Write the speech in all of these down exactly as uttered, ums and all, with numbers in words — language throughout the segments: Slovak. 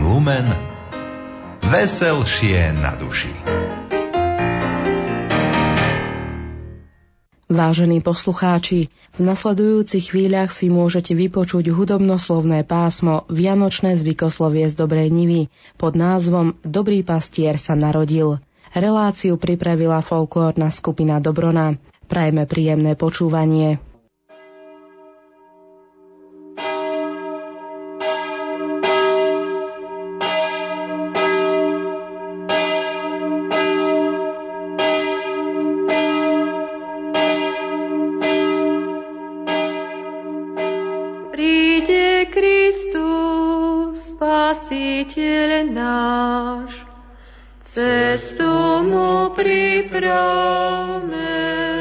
Lumen, veselšie na duši. Vážení poslucháči, v nasledujúcich chvíľach si môžete vypočuť hudobnoslovné pásmo Vianočné zvykoslovie z Dobrej Nivy pod názvom Dobrý pastier sa narodil. Reláciu pripravila folklórna skupina Dobrona. Prajme príjemné počúvanie. Spasiteľ náš, cestu mu pripravme.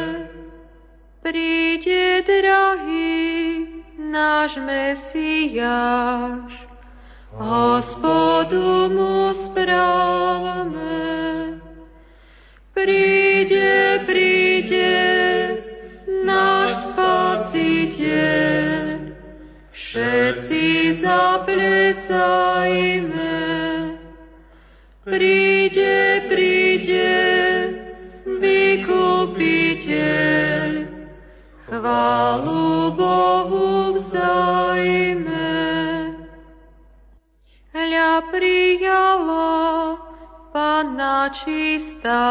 Príde drahý náš Mesiáš, Hospodu mu správme. Príde, príde náš Spasiteľ, všetci zaplesajme. Príde, príde Vykupiteľ, chválu Bohu vzdajme. Hľa prijala Panna čistá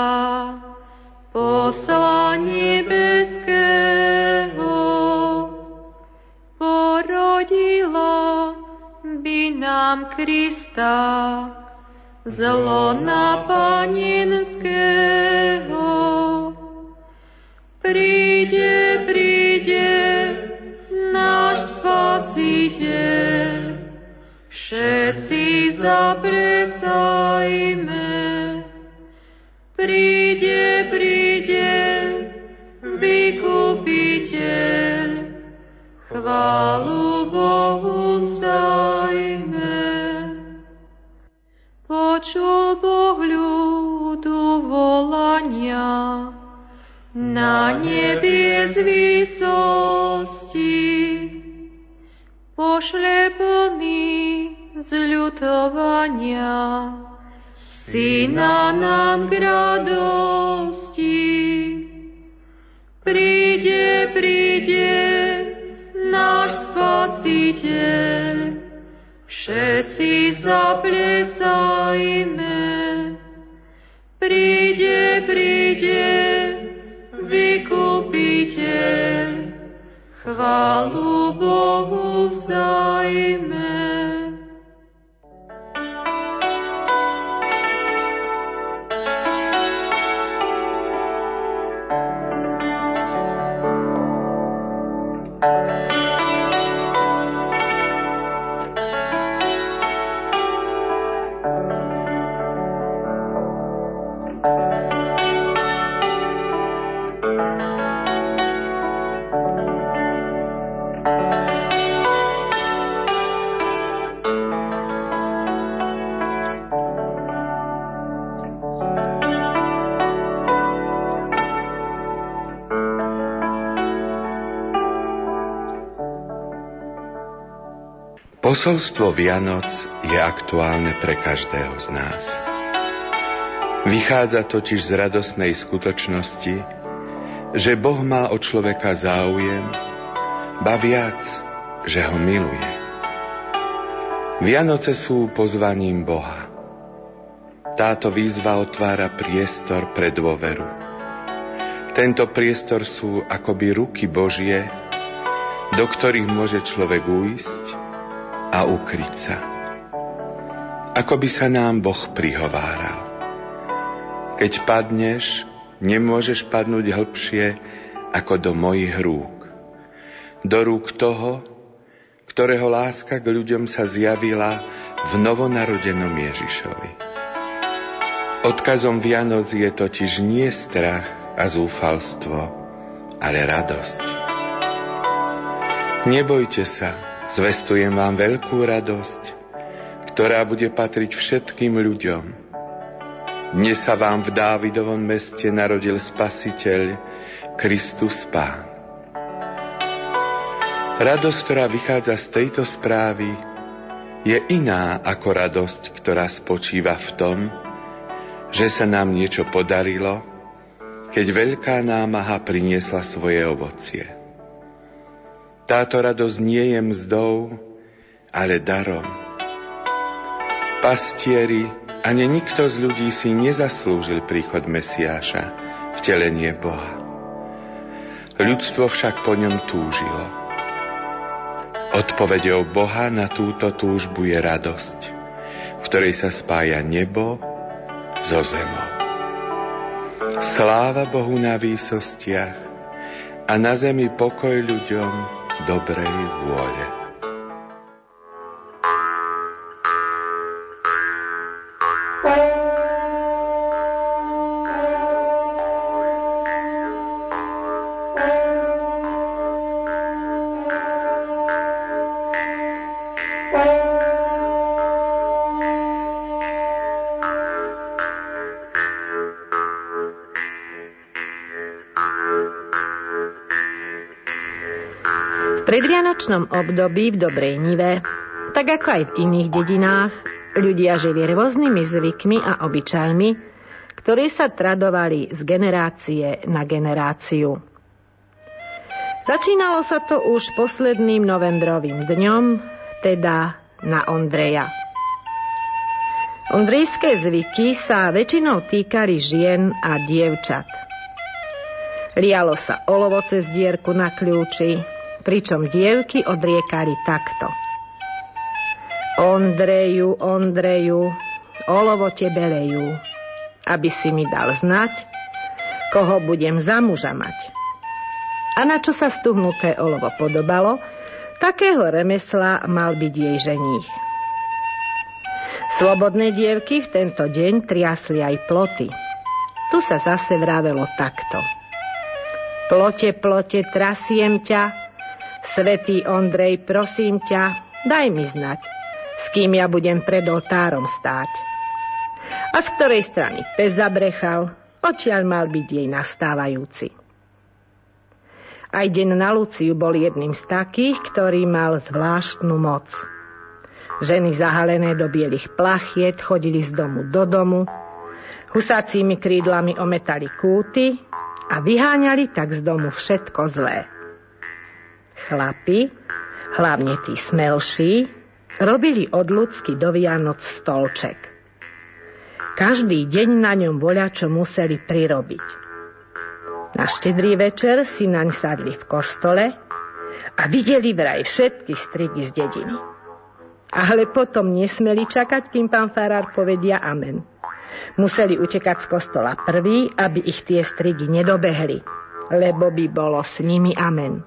posla nebeského, porodila by nám Krista z lona panenského. Príde, príde náš Spasiteľ, všetci zaplesajme. Príde, príde Vykupiteľ, chválu Bohu vzdajme. Počul Boh ľudu volania, na nebie z výsosti, pošle plný zľutovania, Syna nám k radosti. Príde, príde náš Spasiteľ, všetci zaplesajme. Príde, príde Vykupiteľ, chválu Bohu vzdajme. Posolstvo Vianoc je aktuálne pre každého z nás. Vychádza totiž z radosnej skutočnosti, že Boh má o človeka záujem, ba viac, že ho miluje. Vianoce sú pozvaním Boha. Táto výzva otvára priestor pre dôveru. Tento priestor sú akoby ruky Božie, do ktorých môže človek uísť a ukryť sa. Ako by sa nám Boh prihováral. Keď padneš, nemôžeš padnúť hlbšie ako do mojich rúk. Do rúk toho, ktorého láska k ľuďom sa zjavila v novonarodenom Ježišovi. Odkazom Vianoc je totiž nie strach a zúfalstvo, ale radosť. Nebojte sa, zvestujem vám veľkú radosť, ktorá bude patriť všetkým ľuďom. Dnes sa vám v Dávidovom meste narodil Spasiteľ, Kristus Pán. Radosť, ktorá vychádza z tejto správy, je iná ako radosť, ktorá spočíva v tom, že sa nám niečo podarilo, keď veľká námaha priniesla svoje ovocie. Táto radosť nie je mzdou, ale darom. Pastieri, ani nikto z ľudí si nezaslúžil príchod Mesiáša, vtelenie Boha. Ľudstvo však po ňom túžilo. Odpoveďou Boha na túto túžbu je radosť, v ktorej sa spája nebo so zemou. Sláva Bohu na výsostiach a na zemi pokoj ľuďom dobrej vôle. V predvianočnom období v Dobrej Nive, tak ako aj v iných dedinách, ľudia žili rôznymi zvykmi a obyčajmi, ktoré sa tradovali z generácie na generáciu. Začínalo sa to už posledným novembrovým dňom, teda na Ondreja. Ondrejské zvyky sa väčšinou týkali žien a dievčat. Lialo sa olovo cez dierku na kľúči, pričom dievky odriekali takto. Ondreju, Ondreju, olovo tebe lejú, aby si mi dal znať, koho budem za muža mať. A na čo sa stuhnuté olovo podobalo, takého remesla mal byť jej ženích. Slobodné dievky v tento deň triasli aj ploty. Tu sa zase vravelo takto. Plote, plote, trasiem ťa, Svätý Ondrej, prosím ťa, daj mi znať, s kým ja budem pred oltárom stáť. A z ktorej strany pes zabrechal, odtiaľ mal byť jej nastávajúci. Aj deň na Luciu bol jedným z takých, ktorý mal zvláštnu moc. Ženy zahalené do bielých plachiet chodili z domu do domu, husacími krídlami ometali kúty a vyháňali tak z domu všetko zlé. Chlapi, hlavne tí smelší, robili od ľudsky do Vianoc stolček. Každý deň na ňom voľačo museli prirobiť. Na štedrý večer si naň sadli v kostole a videli vraj všetky strigy z dediny. Ale potom nesmeli čakať, kým pán farár povedia amen. Museli utekať z kostola prvý, aby ich tie strigy nedobehli, lebo by bolo s nimi amen.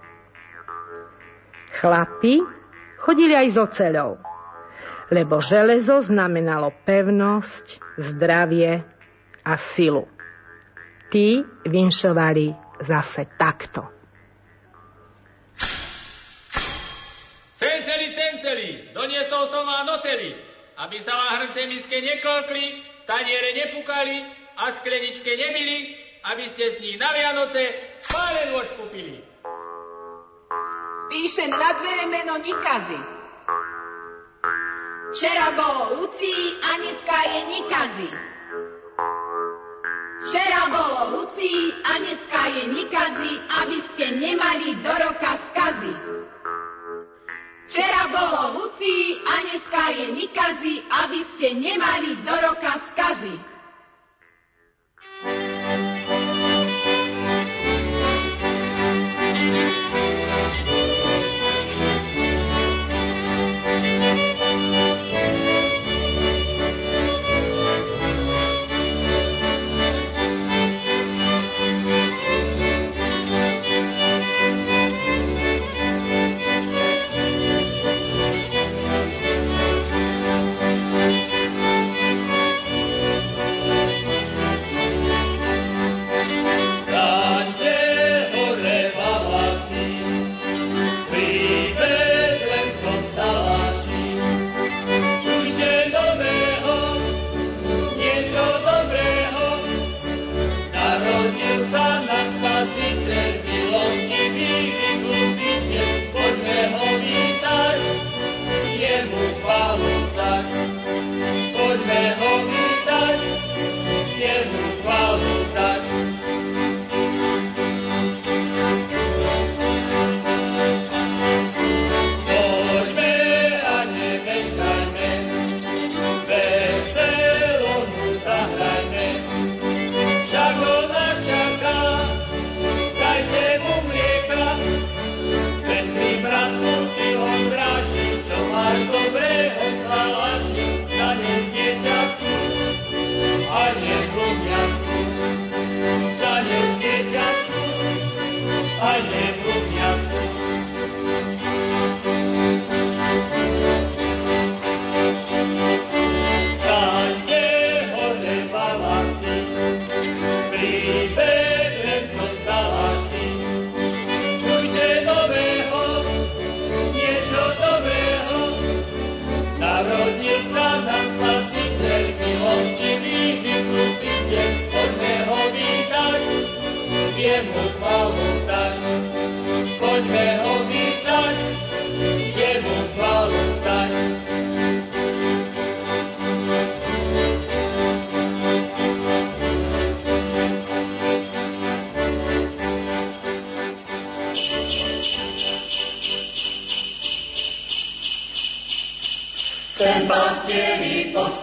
Chlapi chodili aj s oceľou, lebo železo znamenalo pevnosť, zdravie a silu. Tí vinšovali zase takto. Cenceli, cenceli, doniesol som vám oceli, aby sa vám hrnce miske neklkli, taniere nepukali a skleničke nebili, aby ste z nich na Vianoce pálen nôž kúpili. Píše na dvere meno Nikazy. Včera bolo Lucii a dneska je Nikazy. Včera bolo Lucii a dneska je Nikazy, aby ste nemali do roka skazy. Včera bolo Lucii a dneska je Nikazy, aby ste nemali do roka skazy.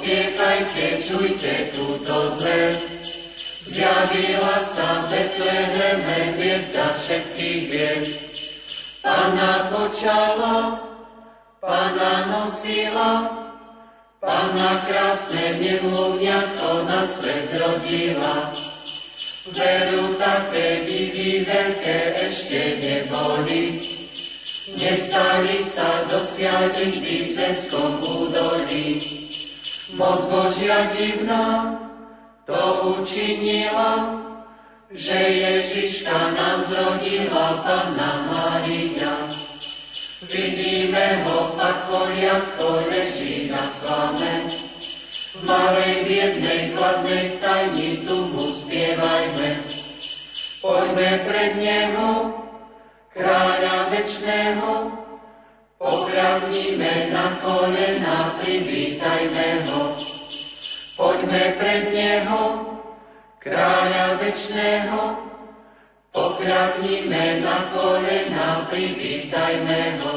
pospiechajte, čujte túto zvesť. Zjavila sa v Betleheme hviezda všetkých hviezd. Panna počala, Panna nosila, Panna krásne nemluvňatko na svet zrodila. Veru také divy veľké ešte neboli, nestali sa dosiaľ vždy v zemskom údolí. Moc Božia divná to učinila, že Ježiška nám zrodila Panna Mária. Vidíme ho, pacholiatko leží na slame, v malej biednej chladnej stajni tu mu spievajme. Poďme pred neho, kráľa večného, pokľaknime na kolena, privítajme ho. Poďme pred neho, kráľa večného, pokľaknime na kolena, privítajme ho.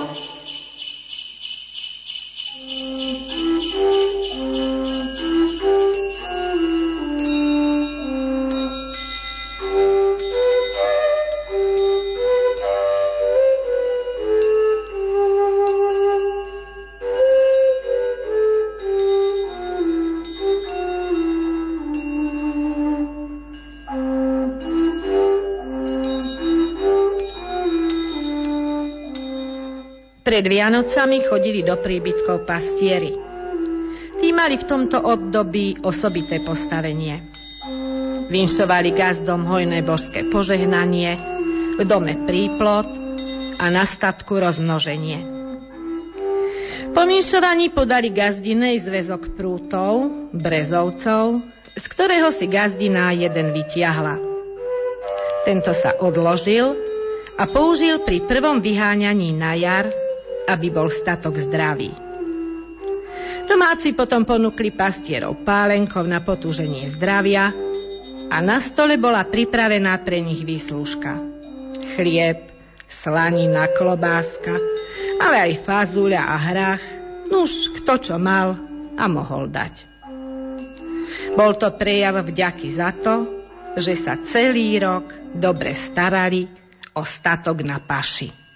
Pred Vianocami chodili do príbytkov pastieri. Tí mali v tomto období osobité postavenie. Vinšovali gazdom hojné božské požehnanie, v dome príplod a na statku rozmnoženie. Po vinšovaní podali gazdinej zväzok prútov, brezovcov, z ktorého si gazdina jeden vytiahla. Tento sa odložil a použil pri prvom vyháňaní na jar, aby bol statok zdravý. Domáci potom ponúkli pastierov pálenkov na potúženie zdravia a na stole bola pripravená pre nich výslužka. Chlieb, slanina, klobáska, ale aj fazuľa a hrách, nuž kto čo mal a mohol dať. Bol to prejav vďaky za to, že sa celý rok dobre starali o statok na paši.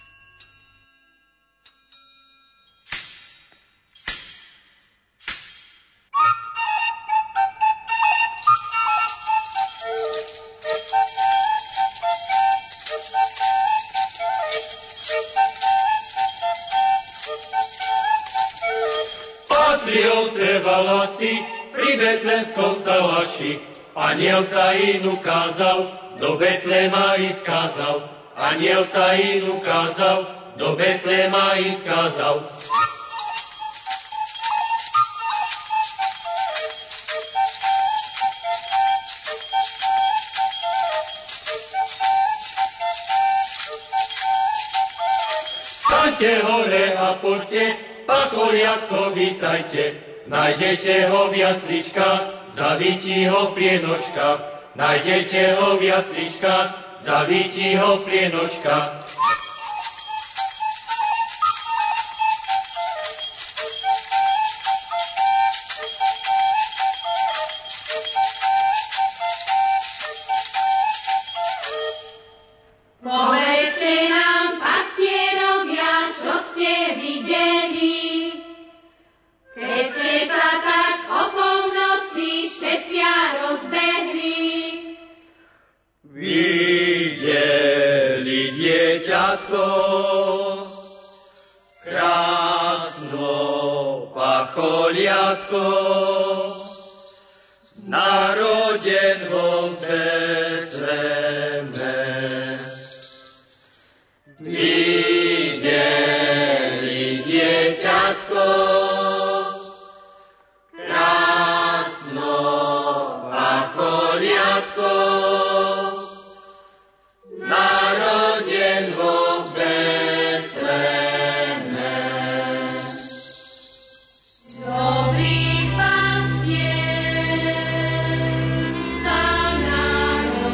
Pri betlenskom salaši aniel sa im ukázal, do Betlema ísť kázal. Aniel sa im ukázal, do Betlema ísť kázal. Staňte hore a poďte, pacholiatko vítajte. Nájdete ho v jasličkách, zavítí ho v plienočkách. Nájdete ho v jasličkách, zavítí ho v plienočkách. Povedzte nám, pastierovia, čo ste videli, keď ste sa tak o polnoci všetcia rozbehli. Videli dieťatko, krásno pacholiatko, naroden vo Betleme. Videli dieťatko, Dobrý pastier sa narodil.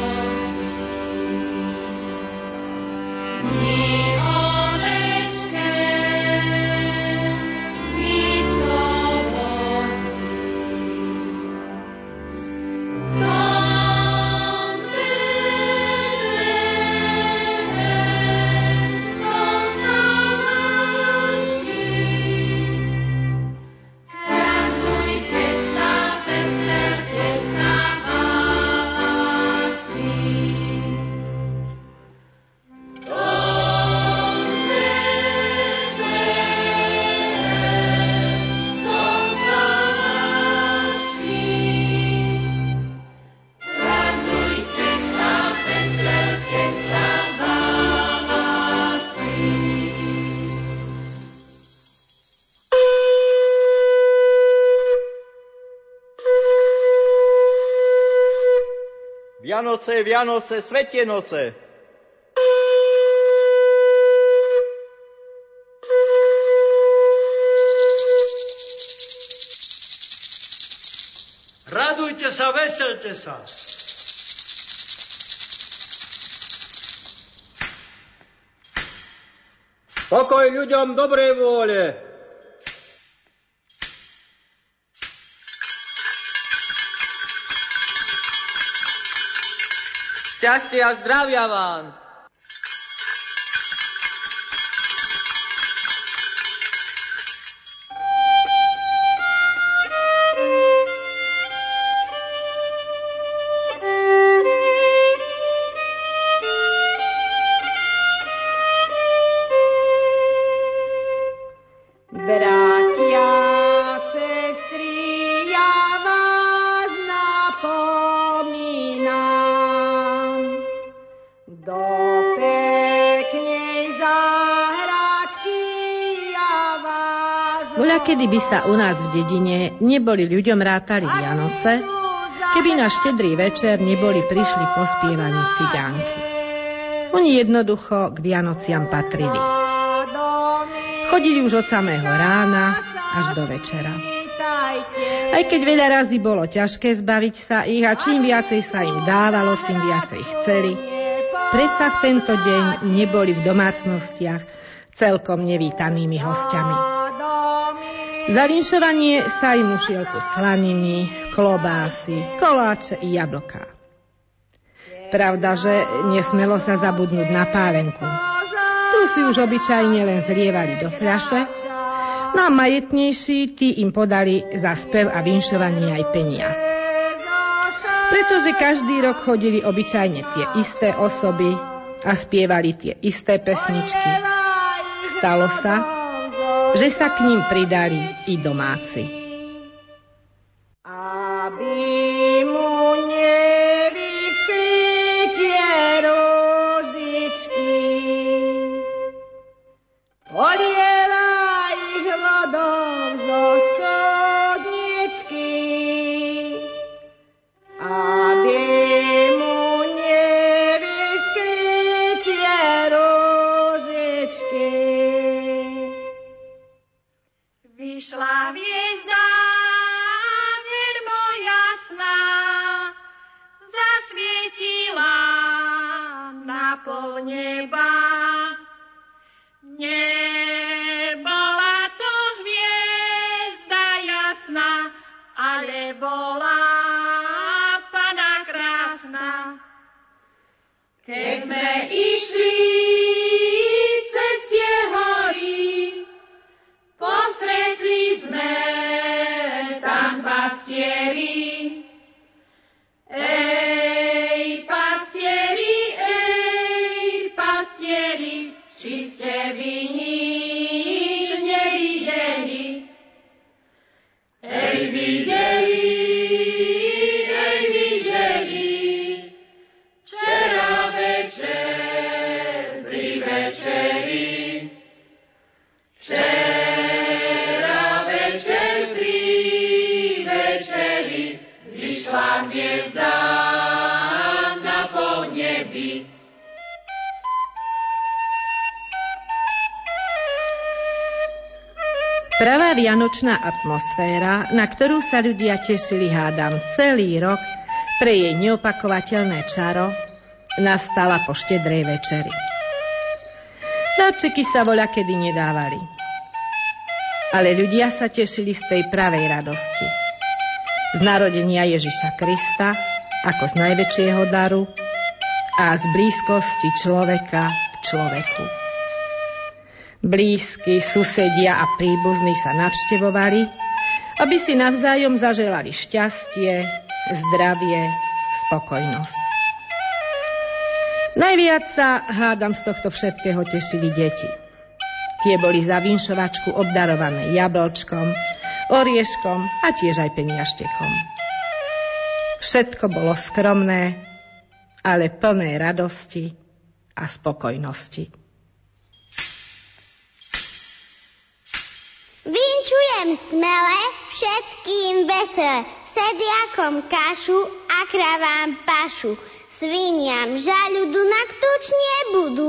Vianoce, Vianoce, Svetie noce. Radujte sa, veselte sa. Pokoj ľuďom dobrej vôle. Šťastie a zdravia vám. Kedy by sa u nás v dedine neboli ľuďom rátali Vianoce, keby na štedrý večer neboli prišli pospievaní cigánky. Oni jednoducho k Vianociam patrili. Chodili už od samého rána až do večera. Aj keď veľa razy bolo ťažké zbaviť sa ich a čím viacej sa im dávalo, tým viacej chceli, predsa v tento deň neboli v domácnostiach celkom nevítanými hostiami. Za vinšovanie sa im ušiel kus slaniny, klobásy, koláče i jablká. Pravda, že nesmelo sa zabudnúť na pálenku. Tu si už obyčajne len zlievali do fľaše, no a majetnejší tí im podali za spev a vinšovanie aj peniaz. Pretože každý rok chodili obyčajne tie isté osoby a spievali tie isté pesničky. Stalo sa, že sa k ním pridali i domáci. Aby mu nevyschli tie rožičky, polieva ich vodou zo studničky. Aby mu nevyschli tie rožičky. Vyšla hviezda veľmi jasná, zasvietila na pol neba. Nebola to hviezda jasná, ale bola Panna krásna. Keď sme išli cez tie hory, postretli sme tam pastieri. Ej, pastieri, ej, pastieri, či ste vy nič nevideli? Ej, videli, ej, videli, včera večer pri večeri. Včera večer pri večeri vyšla hviezda na podnebi. Pravá vianočná atmosféra, na ktorú sa ľudia tešili, hádam, celý rok pre jej neopakovateľné čaro, nastala po štedrej večeri. Darčeky sa voľakedy nedávali. Ale ľudia sa tešili z tej pravej radosti. Z narodenia Ježiša Krista, ako z najväčšieho daru, a z blízkosti človeka k človeku. Blízky, susedia a príbuzní sa navštevovali, aby si navzájom zaželali šťastie, zdravie, spokojnosť. Najviac sa, hádam, z tohto všetkého tešili deti. Tie boli za vinšovačku obdarované jablčkom, orieškom a tiež aj peniažtekom. Všetko bolo skromné, ale plné radosti a spokojnosti. Vinčujem smele, všetkým vesele, sediakom kašu a kravám pašu. Sviniam žaľudu na ktuč nebudú.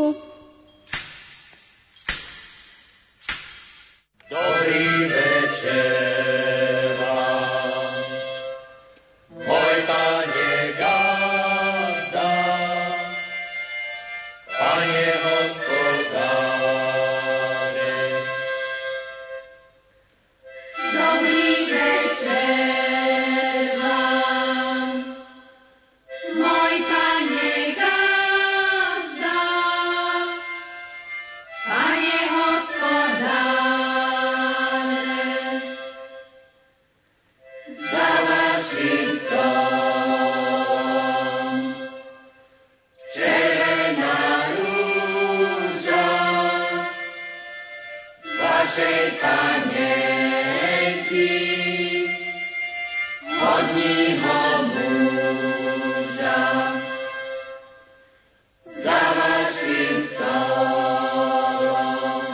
Dobrý večer vám, môj Pane gazda, Pane hospodáre. Dobrý večer vám, môj Pane gazda, Pane hospodáre. Za vašim stolom červená rúža, vašej panenky, hodního muža. Za vašim stolom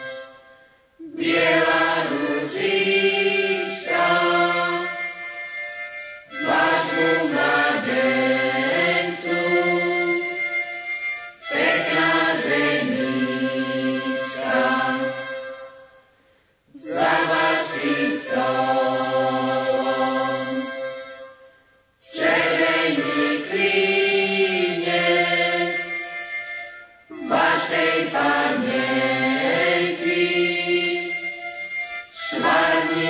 biela rúžička, vášmu mladencu, pekná ženička. Za vašim stolom červený klínec, vašej panenky, švarný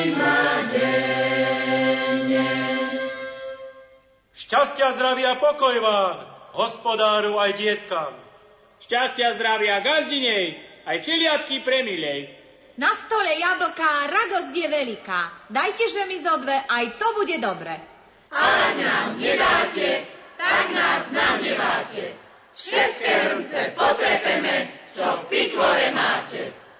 mladenec. Šťastia, zdravia, pokoj vám, hospodáru aj dietkam. Šťastia, zdravia, gazdinej, aj čiliatky premilej. Na stole jablká, radosť je veľká. Dajte, že mi zo dve, aj to bude dobre. Ale nám nedáte, tak nás nám nemáte. Všetké hrnce potrepeme, čo v pitvore máte.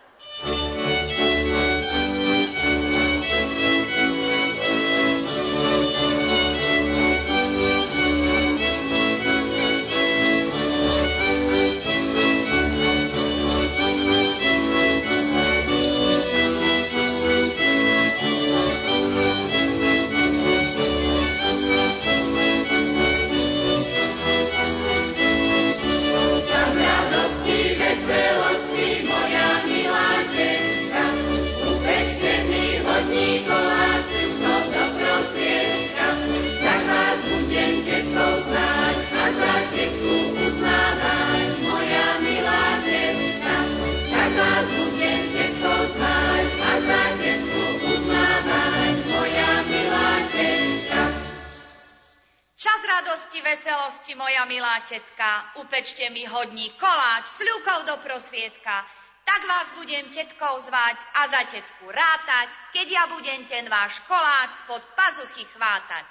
Čas radosti, veselosti, moja milá dietka, upečte mi hodný koláč, no do prostriedka. Tak vás budem tetkou znať a za tetku uznávať, moja milá dietka. Tak vás budem tetkou znať a za tetku uznávať, moja milá dietka. Čas radosti, veselosti, moja milá tetka, upečte mi hodní koláč s ľukou do prosviedka. Tak vás budem tetkou zvať a za tetku rátať, keď ja budem ten váš koláč spod pazuchy chvátať.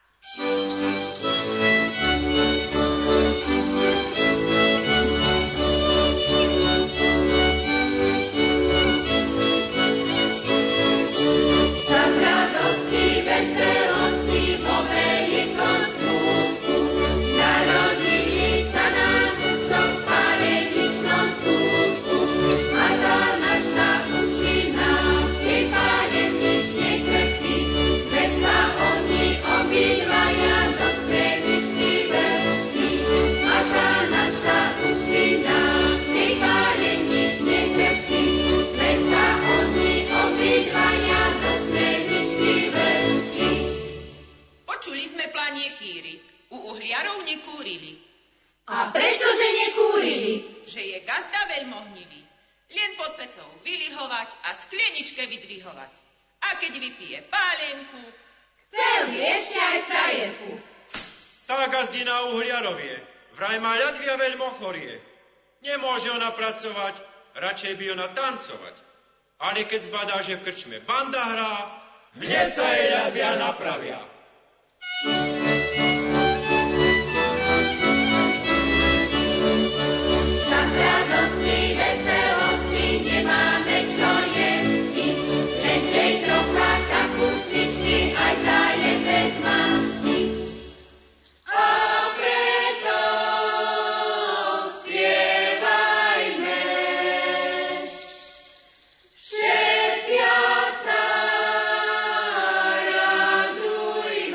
Čas radosti, veselosti, vo veľkom smútku, narodili sa nám čo v paleničnom súdku. A tá naša učina, jej palenične krky, veď sa oni obidvaja dospeličky veľkí. A tá naša učina, jej palenične krky, veď sa oni obidvaja dospeličky veľkí. Počuli sme planie chýry, u uhliarov nekúrili, A prečože nekúrili? že je gazda veľmohnivý, len pod pecou vylihovať a skleničke vydvihovať. A keď vypije pálenku, Chcel by ešte aj frajerku. Tá gazdina uhliarovie, vraj má ľadvia veľmochorie. Nemôže ona pracovať, radšej by ona tancovať. Ale keď zbadá, že v krčme banda hrá, hneď sa jej ľadvia napravia. Čas radosti, veselosti, nemáme čo jesť. Len tej trocha kapustičky, aj tá je bez masti. A preto spievajme, všetci sa radujme.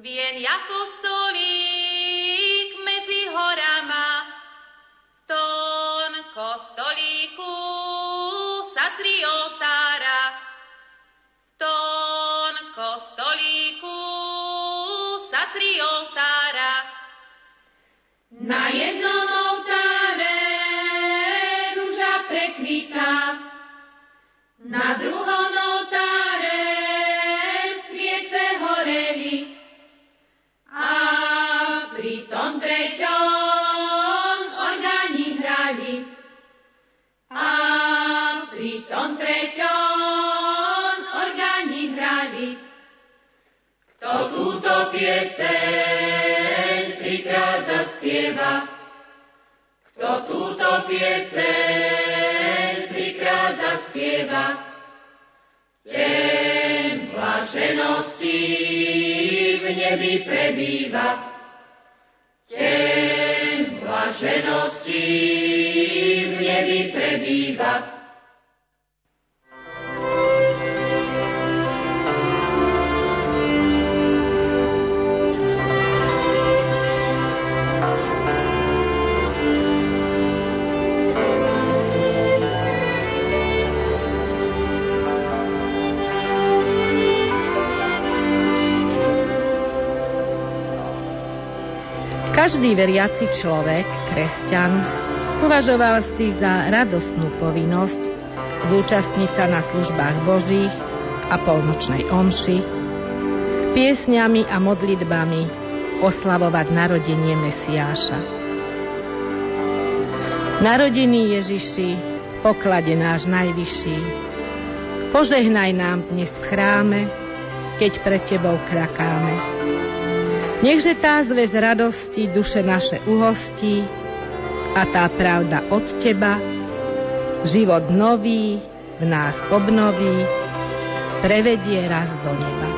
Vien jako stolík medzi horama, v tom kostolíku sa tri oltára, v tom kostolíku sa tri oltára. Na jednom oltáre ruža prekvitá, na druhom oltáre sviece horeli a pri tom treťom orgáni hrali. A pri tom treťom orgáni hrali. Kto túto pieseň trikrát zaspieva, kto túto pieseň trikrát zaspieva, ten blaženosti v nebi prebýva, ten blaženosti v nebi prebýva. Každý veriaci človek, kresťan, považoval si za radostnú povinnosť zúčastniť sa na službách Božích a polnočnej omši, piesňami a modlitbami oslavovať narodenie Mesiáša. Narodený Ježiši, v poklade náš najvyšší, požehnaj nám dnes v chráme, keď pred Tebou krakáme. Nechže tá zväz radosti duše naše uhostí a tá pravda od Teba život nový v nás obnoví, prevedie raz do neba.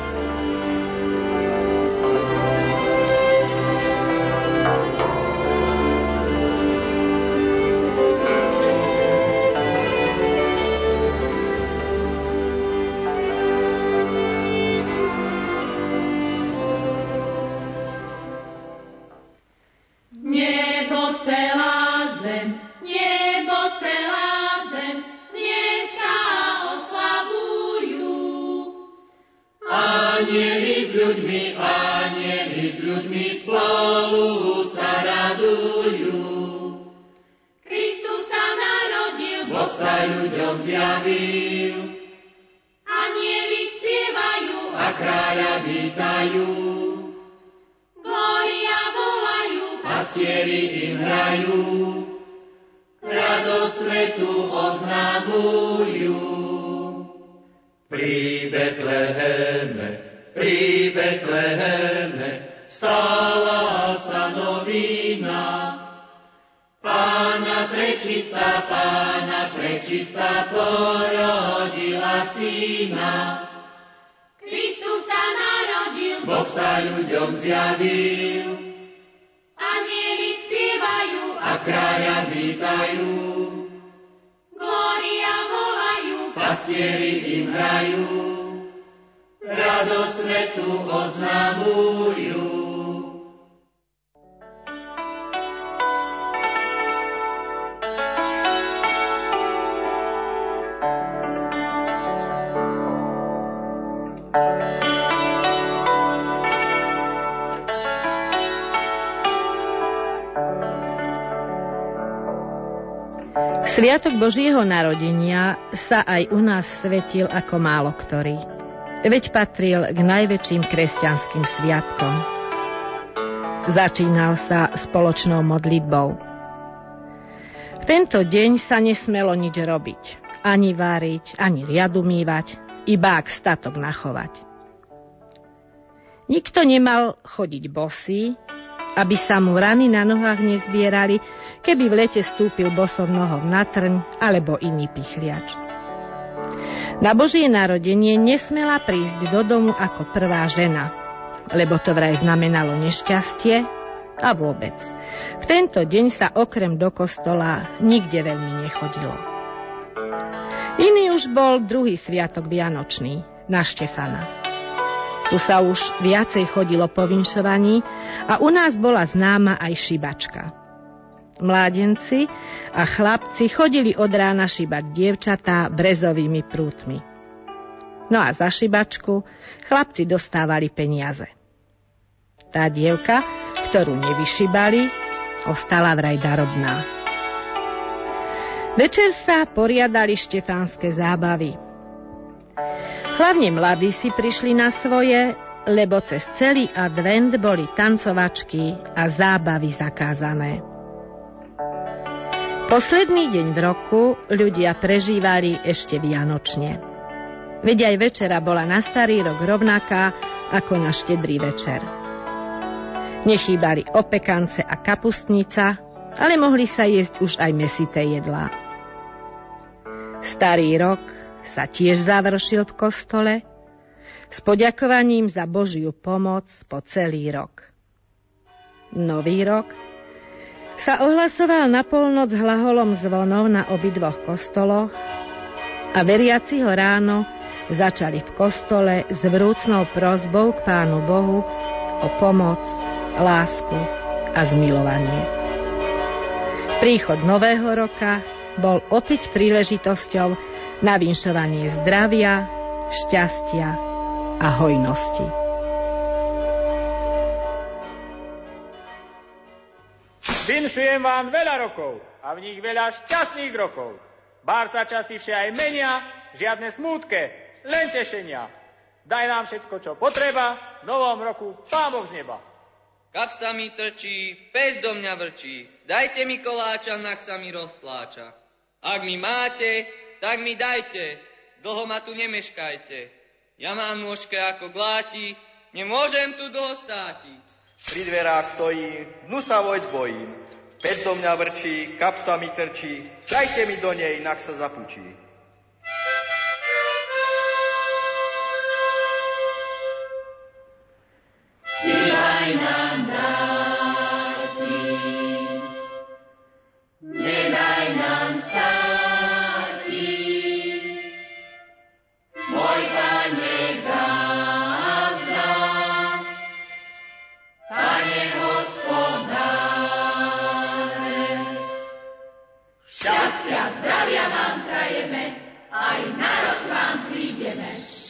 Sviatok Božieho narodenia sa aj u nás svetil ako málo ktorý. Veď patril k najväčším kresťanským sviatkom. Začínal sa spoločnou modlitbou. V tento deň sa nesmelo nič robiť. Ani váriť, ani riadu mývať, iba ak statok nachovať. Nikto nemal chodiť bosý, aby sa mu rany na nohách nezbierali, keby v lete stúpil bosom nohou na trň alebo iný pichliač. Na Božie narodenie nesmela prísť do domu ako prvá žena, lebo to vraj znamenalo nešťastie a vôbec. V tento deň sa okrem do kostola nikde veľmi nechodilo. Iný už bol druhý sviatok vianočný, na Štefana. Tu sa už viacej chodilo po vinšovaní a u nás bola známa aj šibačka. Mládenci a chlapci chodili od rána šibať dievčatá brezovými prútmi. No a za šibačku chlapci dostávali peniaze. Tá dievka, ktorú nevyšibali, ostala vraj darobná. Večer sa poriadali štefánske zábavy. Hlavne mladí si prišli na svoje, lebo cez celý advent boli tancovačky a zábavy zakázané. Posledný deň v roku ľudia prežívali ešte vianočne. Veď aj večera bola na starý rok rovnaká ako na štedrý večer. Nechýbali opekance a kapustnica, ale mohli sa jesť už aj mesité jedlá. Starý rok sa tiež završil v kostole s poďakovaním za Božiu pomoc po celý rok. Nový rok sa ohlasoval na polnoc hlaholom zvonov na obidvoch kostoloch a veriaci ho ráno začali v kostole s vrúcnou prosbou k Pánu Bohu o pomoc, lásku a zmilovanie. Príchod nového roka bol opäť príležitosťou na vinšovanie zdravia, šťastia a hojnosti. Vinšujem vám veľa rokov a v nich veľa šťastných rokov. Bár sa časy vše aj menia, žiadne smútke, len tešenia. Daj nám všetko, čo potreba, v novom roku Pán Boh z neba. Kapsa mi trčí, pes do mňa vrčí, dajte mi koláča, nech sa mi rozpláča. Ak mi máte, tak mi dajte, dlho ma tu nemeškajte. Ja mám nôžke ako gláti, nemôžem tu dlho státiť. Pri dverách stojím, dnu sa vojsť bojím, pes do mňa vrčí, kapsa mi trčí, dajte mi do nej, nak sa zapučí. Daj nám dáti, nedaj nám stratiť, môj Pane dáv nám, Pane Hospodáre. Šťastia, zdravia vám prajeme, aj na rok vám prídeme.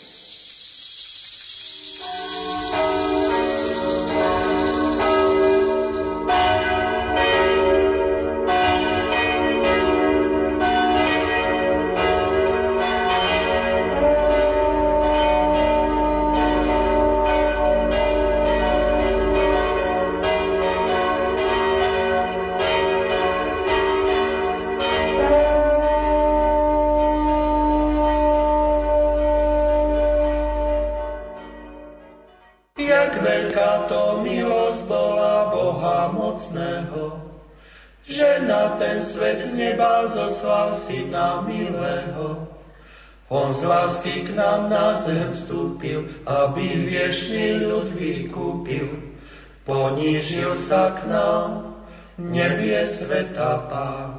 Že na ten svet z neba zoslal syna milého. On z lásky k nám na zem vstúpil, aby hriešný ľud vykúpil. Ponížil sa k nám, nebie sveta Pán.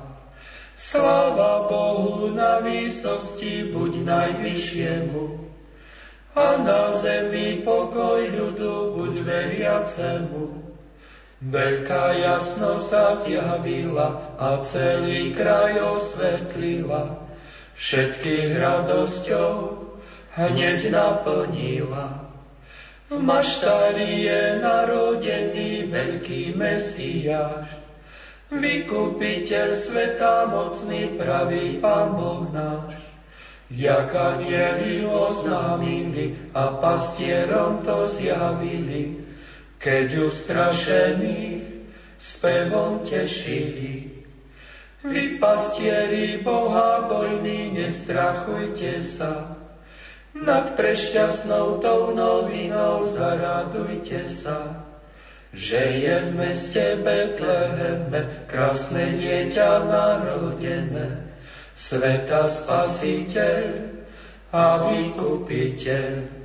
Sláva Bohu na výsosti, buď najvyššiemu. A na zemi pokoj ľudu, buď veriacemu. Veľká jasnosť sa zjavila a celý kraj osvetlila. Všetkých radosťou hneď naplnila. V maštári je narodený veľký Mesiáš. Vykupiteľ sveta mocný, pravý Pán Boh náš. Jak anjeli oznámili a pastierom to zjavili, keď ustrašených spevom tešili. Vy pastieri Boha bojní, nestrachujte sa, nad prešťastnou tou novinou zaradujte sa, že je v meste Betleheme krásne dieťa narodené, sveta spasiteľ a vykupiteľ.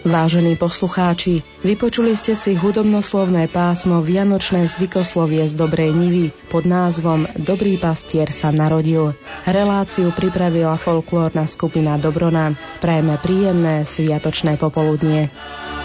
Vážení poslucháči, vypočuli ste si hudobnoslovné pásmo Vianočné zvykoslovie z Dobrej Nivy pod názvom Dobrý pastier sa narodil. Reláciu pripravila folklórna skupina Dobrona. Prajeme príjemné sviatočné popoludnie.